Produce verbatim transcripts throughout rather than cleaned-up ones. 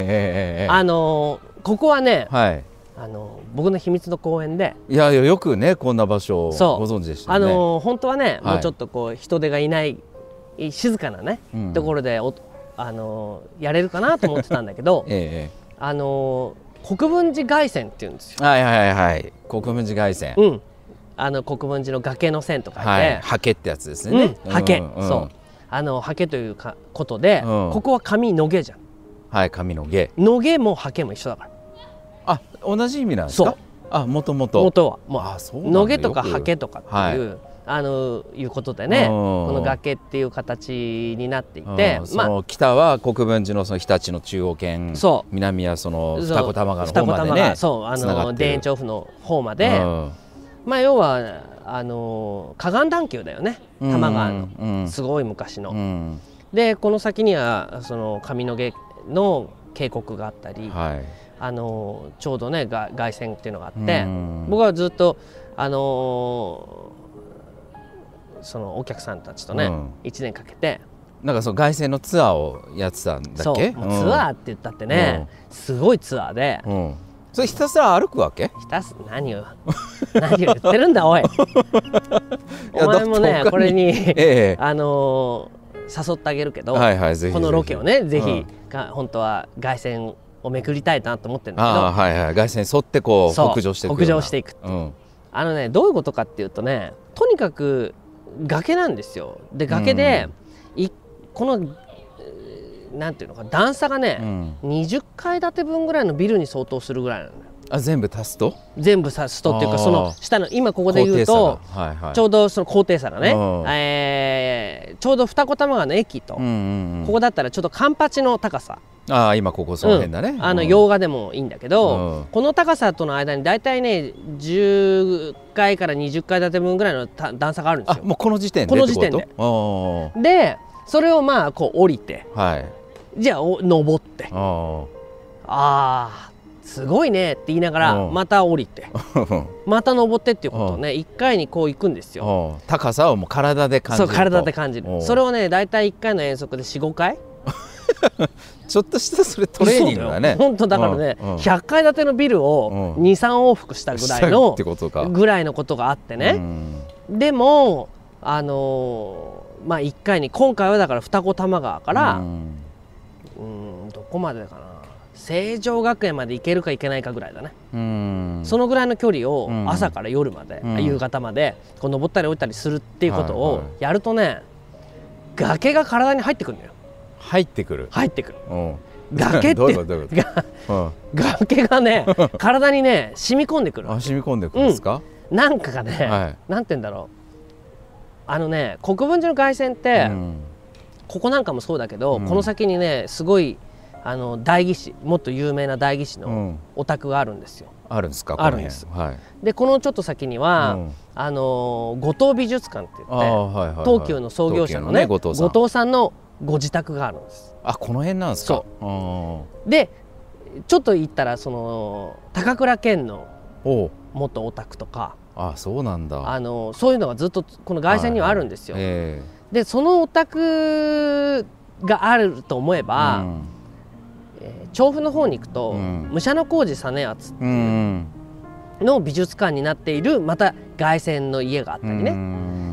ええあのここはね、 はい、 あの僕の秘密の公園で、 いやいやよくねこんな場所をご存知でしたね。 あの本当はね、 はい、 もうちょっとこう人手がいない静かなね、うん、ところでおあのやれるかなと思ってたんだけど、ええ、あの国分寺凱旋っていうんですよ。 はいはいはい、国分寺凱旋、 うん、あの国分寺の崖の線と書いて、はい、 刷毛ってやつですね。 刷毛、そうあの刷毛というかことで、うん、ここは上野毛じゃん。 はい、上野毛。 野毛も刷毛も一緒だから。 あ、同じ意味なんですか。そう。あ、もともと。 元はもうあ、そう野毛とか刷毛とかっていう、はい、あのいうことでね、この崖っていう形になっていて、 その北は国分寺のその日立の中央圏、そう南はその二子玉川の方までね、 そうあの田園調布の方まで、まあ要はあの河岸段丘だよね、多摩川の、うん、すごい昔の。うん、でこの先にはその上野毛の渓谷があったり、はい、あのちょうどね凱旋っていうのがあって、うん、僕はずっとあのそのお客さんたちとね、うん、いちねんかけてなんかその凱旋のツアーをやってたんだっけ。そう、 ツアーって言ったってね、うん、すごいツアーで、 うん、それひたすら歩くわけ。 ひたす何を何を言ってるんだおいお前もねこれに、ええ、あのー、誘ってあげるけど、はいはい、ぜひぜひこのロケをねぜひ、うん、が本当は凱旋をめくりたいなと思ってるんだけど、あ、はいはい、凱旋沿ってこう北上していく北上していくって、うん、あのねどういうことかっていうとね、とにかく崖なんですよ。で崖で、うん、いこのなんていうのか段差がね、うん、にじゅっかい建て分ぐらいのビルに相当するぐらいなんだよ。 あ、全部足すと全部足すとっていうか、その下の今ここで言うと、はいはい、ちょうどその高低差がね、えー、ちょうど二子玉川の駅と、うんうんうん、ここだったらちょっとカンパチの高さ、 ああ今ここその辺だね、 うん、あの洋画でもいいんだけど、うん、この高さとの間にだいたいねじゅっかいからにじゅっかい建て分ぐらいの段差があるんですよ。 あ、もうこの時点でこの時点ででそれをまあこう降りて、はい、じゃあ登って、ああすごいねって言いながらまた降りてまた登ってっていうことをねいっかいにこう行くんですよ。 高さをもう体で感じると。 そう、体で感じる。それをねだいたいいっかいの遠足で よん、ごかいちょっとしたそれトレーニングだね。 本当だからね、うん、ひゃっかい建てのビルをに、さん往復したぐらいのぐらいのことがあってね、うん、でもあのー、まあいっかいに今回はだから二子玉川から、うん、うんどこまでかな、成城学園まで行けるか行けないかぐらいだね。うんそのぐらいの距離を朝から夜まで、うん、夕方までこう登ったり降りたりするっていうことをやるとね、はいはい、崖が体に入ってくるんだよ。 入ってくる入ってくる、うん、崖って崖がね体にね染み込んでくる。 あ、染み込んでくるんですか、 うん、なんかがね、はい、なんて言うんだろう、あのね国分寺の凱旋って、うん、ここなんかもそうだけど、うん、この先にねすごいあの大義士、もっと有名な大義士のお宅があるんですよ。 うん、あるんですか。 あるんです、はい、でこのちょっと先には、うん、あの後藤美術館って言って、はいはいはい、東急の創業者のね後藤さん、後藤さんのご自宅があるんです。 あ、この辺なんですか。 そうでちょっと行ったらその高倉健の元お宅とか、 あ、そうなんだ、 あのそういうのがずっとこの凱旋にはあるんですよ。はいはい、えー、でそのお宅があると思えば、うん、えー、調布の方に行くと、うん、武者小路実篤っていうの美術館になっているまた凱旋の家があったりね、うん、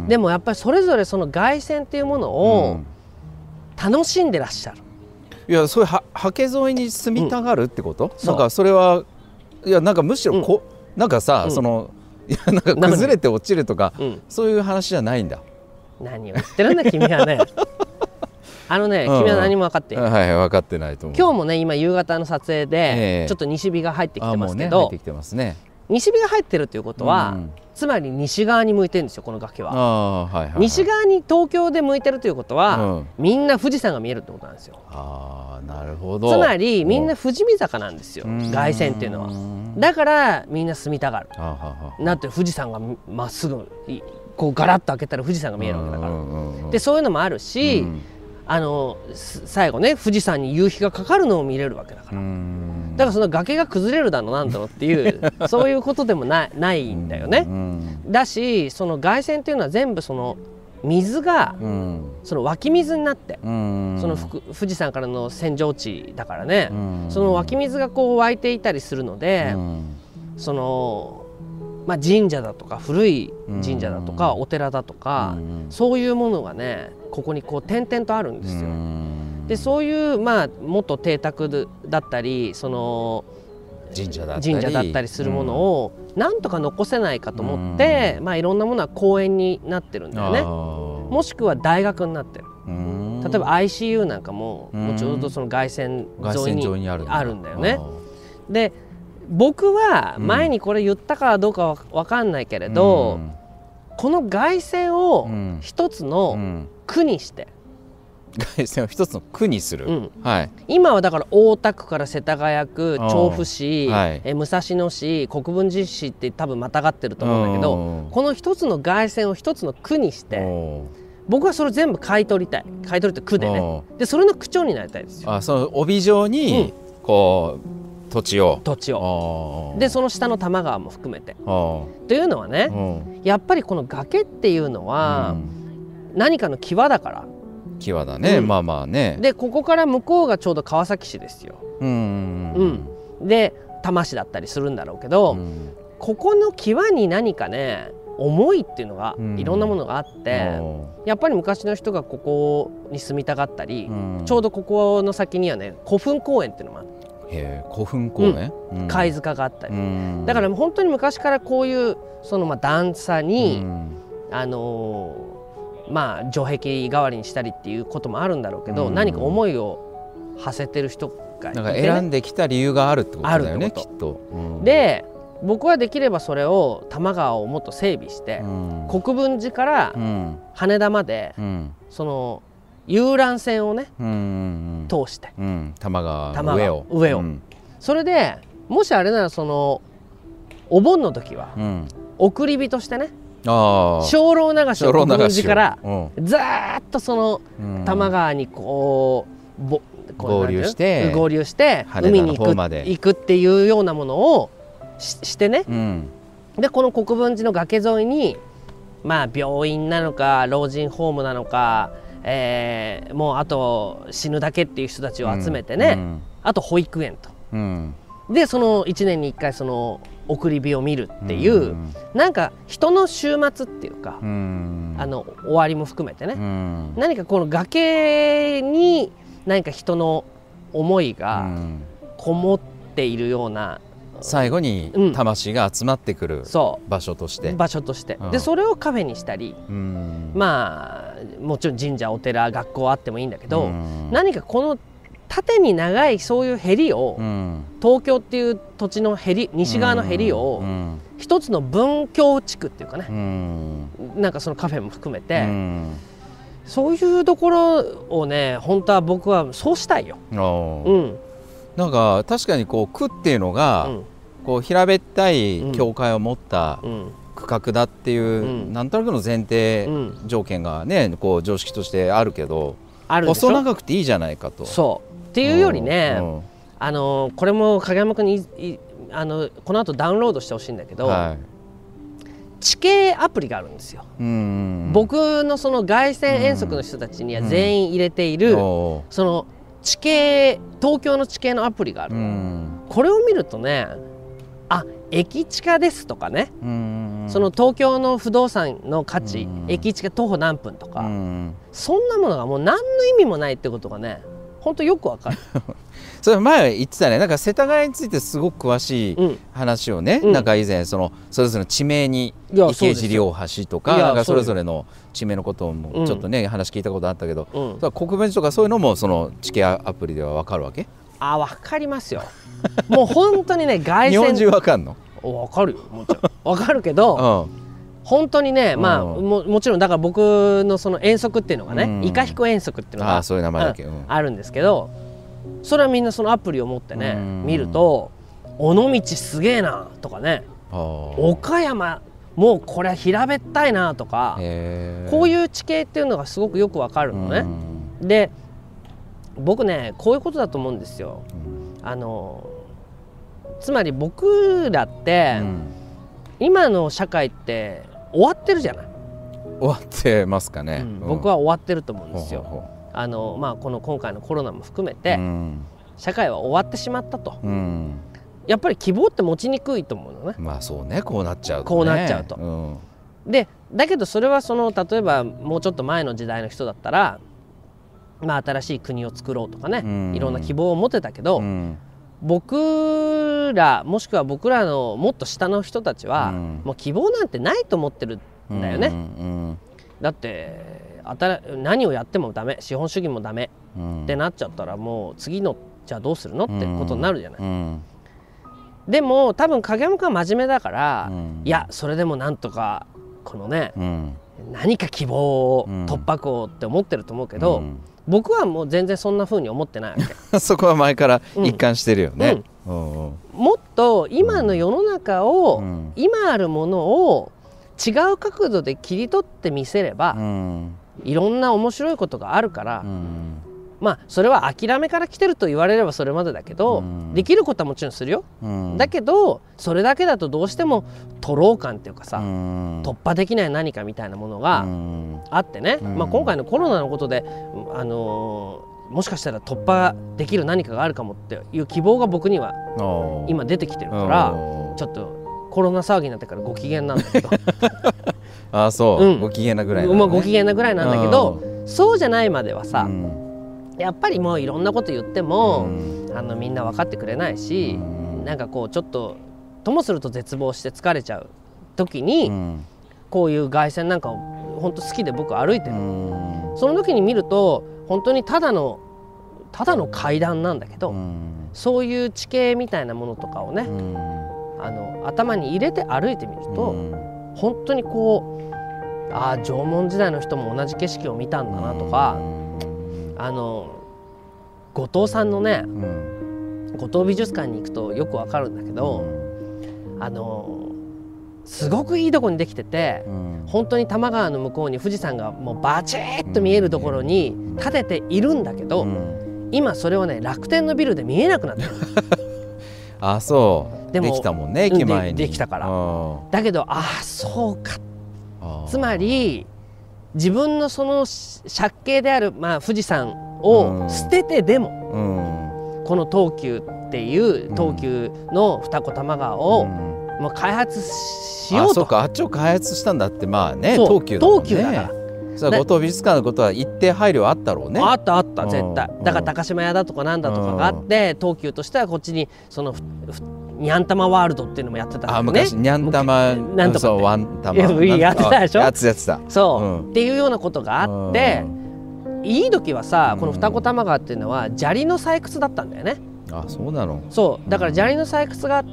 でもやっぱりそれぞれその凱旋っていうものを、うん楽しんでらっしゃる。 いや、それははけ沿いに住みたがるってこと、うん、なんかそれはいやなんかむしろこ、うん、なんかさ、うん、そのいやなんか崩れて落ちるとか、うん、そういう話じゃないんだ。 何を言ってるんだ君はねあのね、うん、君は何も分かってない、 はい、分かってないと思う。 今日もね今夕方の撮影で、えー、ちょっと西日が入ってきてますけど、ね、入ってきてますね。西日が入ってるということは、うん、つまり西側に向いてるんですよ、この崖は。あ、はいはいはい、西側に東京で向いてるということは、うん、みんな富士山が見えるってことなんですよ。あ、なるほど。つまりみんな富士見坂なんですよ、凱旋っていうのは。だからみんな住みたがる。だって富士山がまっすぐこうガラッと開けたら富士山が見えるわけだから。でそういうのもあるし、うん、あの最後ね富士山に夕日がかかるのを見れるわけだから。だからその崖が崩れるだのなんだろうっていうそういうことでもない、ないんだよね。だしその凱旋っていうのは全部その水が、うん、その湧き水になって、うん、その富士山からの扇状地だからね、うん、その湧き水がこう湧いていたりするので、うん、その、まあ、神社だとか古い神社だとか、うん、お寺だとか、うん、そういうものがねここにこう点々とあるんですよ。うん、でそういう、まあ、元邸宅だったりその神社だったり、 神社だったりするものをなんとか残せないかと思って、うん、まあ、いろんなものは公園になってるんだよね。もしくは大学になってる。例えば アイシーユー なんかももうちょうどその凱旋沿いにあるんだよね。で僕は前にこれ言ったかどうかは分かんないけれど、うん、この凱旋を一つの区にして、 凱旋を一つの区にする、うん、はい、 今はだから大田区から世田谷区、調布市、はい、え武蔵野市、国分寺市って多分またがってると思うんだけど、この一つの凱旋を一つの区にして僕はそれ全部買い取りたい、買い取りって区でね、でそれの区長になりたいですよ。 あ、その帯状にこう、うん、土地を土地をでその下の多摩川も含めてというのはね、やっぱりこの崖っていうのは何かの際だから。 際だね、うん、まあまあね。 でここから向こうがちょうど川崎市ですよ。うん、うん、で多摩市だったりするんだろうけど、うん、ここの際に何かね思いっていうのが、うん、いろんなものがあって、うん、やっぱり昔の人がここに住みたがったり、うん、ちょうどここの先にはね古墳公園っていうのもあって、 へー、古墳公園、 うん、貝塚があったり、うん、だから本当に昔からこういうそのまあ段差に、うん、あのーまあ城壁代わりにしたりっていうこともあるんだろうけど、うん、何か思いを馳せてる人がいて、ね、 なんか選んできた理由があるってことだよね、きっと。うん、 で僕はできればそれを多摩川をもっと整備して、うん、国分寺から羽田まで、うん、その遊覧船をね、うん、通して、 うん、多摩川の上を上を、うん、それでもしあれならそのお盆の時は、うん、送り火としてね、精霊流しを国分寺からずーっとその多摩川にこうぼ合流して合流して海に行く行くっていうようなものを し, してね、うん、でこの国分寺の崖沿いにまあ病院なのか老人ホームなのか、えー、もうあと死ぬだけっていう人たちを集めてね、うんうん、あと保育園と、うん、でそのいちねんにいっかいその送り火を見るっていう、うん、なんか人の週末っていうか、うん、あの終わりも含めてね、うん、何かこの崖に何か人の思いがこもっているような、 うん、最後に魂が集まってくる場所として、 場所として、うん、でそれをカフェにしたり、うん、まあもちろん神社お寺学校あってもいいんだけど、うん、何かこの縦に長いそういうへりを、うん、東京っていう土地のへり、西側のへりを、うん、一つの文教地区っていうかね、うん、なんかそのカフェも含めて、うん、そういうところをね本当は僕はそうしたいよ。うん、 なんか確かにこう区っていうのが、うん、こう平べったい境界を持った区画だっていう、うん、なんとなくの前提条件がね、こう常識としてあるけど、あるでしょ、細長くていいじゃないかと。 そうっていうよりね、うん、あのこれも影山君にあのこの後ダウンロードしてほしいんだけど、はい、地形アプリがあるんですよ。うん僕のその凱旋遠足の人たちには全員入れている、うん、その地形東京の地形のアプリがある。うんこれを見るとね、あ駅地下ですとかね、うんその東京の不動産の価値、うん駅地下徒歩何分とか、うんそんなものがもう何の意味もないってことがね本当よくわかる。 それ前言ってたね、なんか世田谷についてすごく詳しい話をね、うん、なんか以前そのそれぞれの地名に池尻大橋とかなんかそれぞれの地名のこともちょっとね、うん、話聞いたことあったけど、うん、国分寺とかそういうのもその地形アプリではわかるわけ？ あ、わかりますよ。もう本当にね凱旋日本中わかんの？ わかるよ、もちろんわかるけど、うん本当にね、まあ、も, もちろんだから僕のその遠足っていうのがね、うん、イカヒコ遠足っていうのがあ, そういう名前だけ、うん、 あるんですけど、それはみんなそのアプリを持ってね、うん、見ると尾道すげえなとかね、岡山もうこれ平べったいなとか、こういう地形っていうのがすごくよくわかるのね、うん、で僕ねこういうことだと思うんですよ、うん、あのつまり僕らって、うん、今の社会って終わってるじゃない。終終わってますかね、 うん、僕は終わってると思うんですよ。ほうほう、あのまあ、この今回のコロナも含めて、うん、社会は終わってしまったと、うん、やっぱり希望って持ちにくいと思うのね。 まあそうね、こうなっちゃうと、ね、 こうなっちゃうと、うん、でだけどそれはその例えばもうちょっと前の時代の人だったら、まあ、新しい国を作ろうとかね、うん、いろんな希望を持てたけど、うん、僕らもしくは僕らのもっと下の人たちは、うん、もう希望なんてないと思ってるんだよね、うんうん、だって何をやってもダメ、資本主義もダメ、うん、ってなっちゃったらもう次のじゃあどうするのってことになるじゃない、うん、でも多分影山君は真面目だから、うん、いやそれでもなんとかこのね、うん、何か希望を突破口って思ってると思うけど、うん、僕はもう全然そんな風に思ってないわけそこは前から一貫してるよね、うんうんうん、もっと今の世の中を、うん、今あるものを違う角度で切り取ってみせれば、うん、いろんな面白いことがあるから、うん、まあそれは諦めから来てると言われればそれまでだけど、うん、できることはもちろんするよ、うん、だけどそれだけだとどうしても徒労感っていうかさ、うん、突破できない何かみたいなものがあってね、うん、まあ、今回のコロナのことで、あのー、もしかしたら突破できる何かがあるかもっていう希望が僕には今出てきてるからちょっとコロナ騒ぎになってからご機嫌なんだけどああそう、うん、ご機嫌なぐらい、ね、 まあ、ご機嫌なぐらいなんだけど、そうじゃないまではさ、うん、やっぱりもういろんなこと言っても、うん、あのみんな分かってくれないし、うん、なんかこうちょっとともすると絶望して疲れちゃう時に、うん、こういう凱旋なんかを本当好きで僕歩いてる、うん、その時に見ると本当にただのただの階段なんだけど、うん、そういう地形みたいなものとかをね、うん、あの頭に入れて歩いてみると、うん、本当にこう、ああ縄文時代の人も同じ景色を見たんだなとか、うん、あの後藤さんのね、うん、後藤美術館に行くとよくわかるんだけど、うん、あのすごくいいとこにできてて、うん、本当に多摩川の向こうに富士山がもうバチッと見えるところに建てているんだけど、うん、今それはね楽天のビルで見えなくなってるあ、そうでもできたもんね、駅前にで, できたから。だけどああそうか、つまり自分のその借景である、まあ、富士山を捨ててでも、うん、この東急っていう東急の二子玉川を、うん、もう開発しようと。あ、そうか、あっちを開発したんだって。まあね、東急だもんね。 東急だからそれは後藤美術館のことは一定配慮あったろうね。 あったあった絶対。だから高島屋だとかなんだとかがあって、東急としてはこっちにそのニャンタマワールドっていうのもやってたんだよね。あ、昔ニャンタマなんとかワンタマやってたでしょ。 やってたやってた。 そう、うん、っていうようなことがあって、いい時はさ、この二子玉川っていうのは砂利の採掘だったんだよね。 あ、そうなの。 そうだから砂利の採掘があって、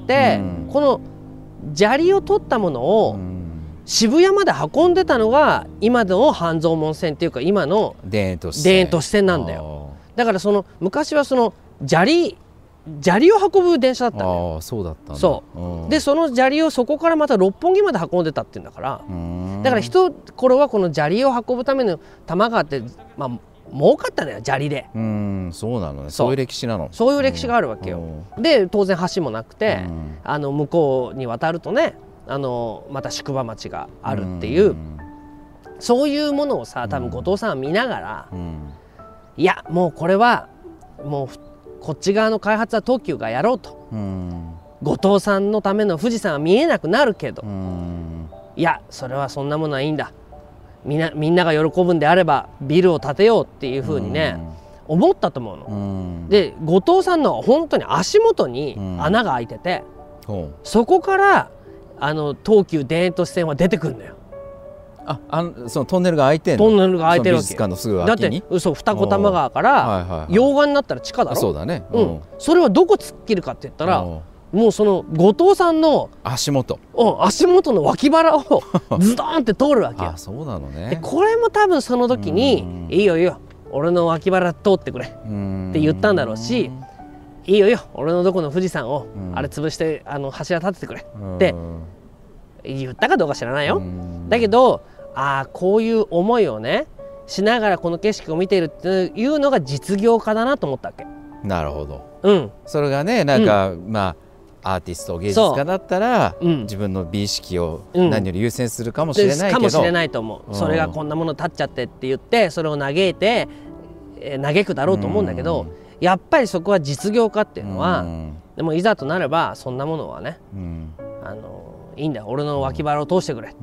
うん、この砂利を取ったものを、うん、渋谷まで運んでたのが今の半蔵門線っていうか今の田園都市線なんだよ。だからその昔はその砂利砂利を運ぶ電車だったんだよ。 あ、そうだったんだ。 そう、うん、でその砂利をそこからまた六本木まで運んでたっていうんだから、だから一頃はこの砂利を運ぶための多摩川って、まあ儲かったのよ砂利で。 うん、そうなのね。そういう歴史なの。 そういう歴史があるわけよ。うん、で当然橋もなくて、うん、あの向こうに渡るとね、あのまた宿場町があるっていう、うん、そういうものをさ、多分後藤さんは見ながら、うん、いやもうこれはもうこっち側の開発は東急がやろうと、うん、後藤さんのための富士山は見えなくなるけど、うん、いやそれはそんなものはいいんだ、みんな、みんなが喜ぶんであればビルを建てようっていうふうにね、うん、思ったと思うの、うん、で後藤さんの本当に足元に穴が開いてて、うん、そこからあの東急田園都市線は出てくるんだよ。 あ、あのそのトンネルが開いてるの。 トンネルが開いてるわけ。 美術館のすぐ脇に。だって嘘二子玉川から溶岩になったら地下だろ。 そうだね。 うん。それはどこ突っ切るかって言ったら、もうその後藤さんの足元。 うん、足元の脇腹をズドーンって通るわけよ。 あ、そうなのね。 でこれも多分その時にいいよいいよ、俺の脇腹通ってくれって言ったんだろうし。いいよいいよ、俺のどこの富士山を、うん、あれ潰してあの柱立ててくれって言ったかどうか知らないよ、うん、だけどああこういう思いをねしながらこの景色を見ているっていうのが実業家だなと思ったわけ。 なるほど、 うん、 それがねなんか、うん、まあアーティスト芸術家だったら、うん、自分の美意識を何より優先するかもしれないけど、うん、 かもしれないと思う、うん、それがこんなもの立っちゃってって言ってそれを嘆いて、えー、嘆くだろうと思うんだけど、うん、やっぱりそこは実業家っていうのは、うん、でもいざとなればそんなものはね、うん、あのいいんだよ俺の脇腹を通してくれ、うん、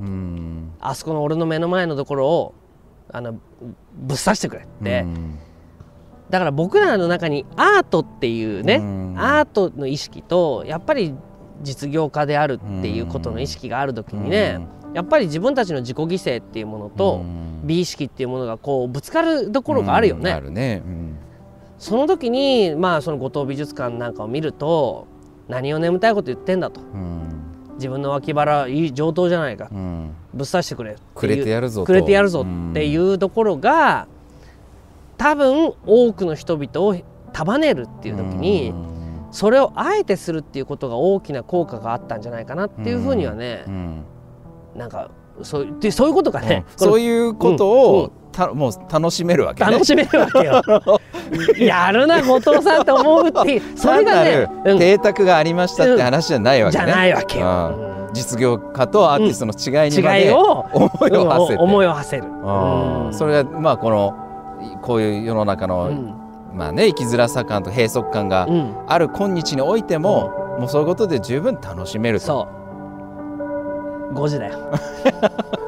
あそこの俺の目の前のところをあのぶっ刺してくれって、うん、だから僕らの中にアートっていうね、うん、アートの意識とやっぱり実業家であるっていうことの意識がある時にね、うん、やっぱり自分たちの自己犠牲っていうものと、うん、美意識っていうものがこうぶつかるところがあるよね。うん、あるね、うん、その時にまあその後藤美術館なんかを見ると何を眠たいこと言ってんだと、うん、自分の脇腹いい上等じゃないか、うん、ぶっ刺してくれくれてやるぞとくれてやるぞっていうところが多分多くの人々を束ねるっていう時に、うん、それをあえてするっていうことが大きな効果があったんじゃないかなっていうふうにはね、うん、なんかそうでそういうことがね、 うん、そういうことを、うん、たもう楽しめるわけね。 楽しめるわけよやるな後藤さんって思うっていうそれがね、 うん、邸宅がありましたって話じゃないわけね、 じゃないわけよ、 うん、実業家とアーティストの違いにまで、うん、思いを馳せて、 思いを馳せる、 うん、それがまあこのこういう世の中の、うん、まあね生きづらさ感と閉塞感がある今日においても、うん、もうそういうことで十分楽しめると。 そうごじだよ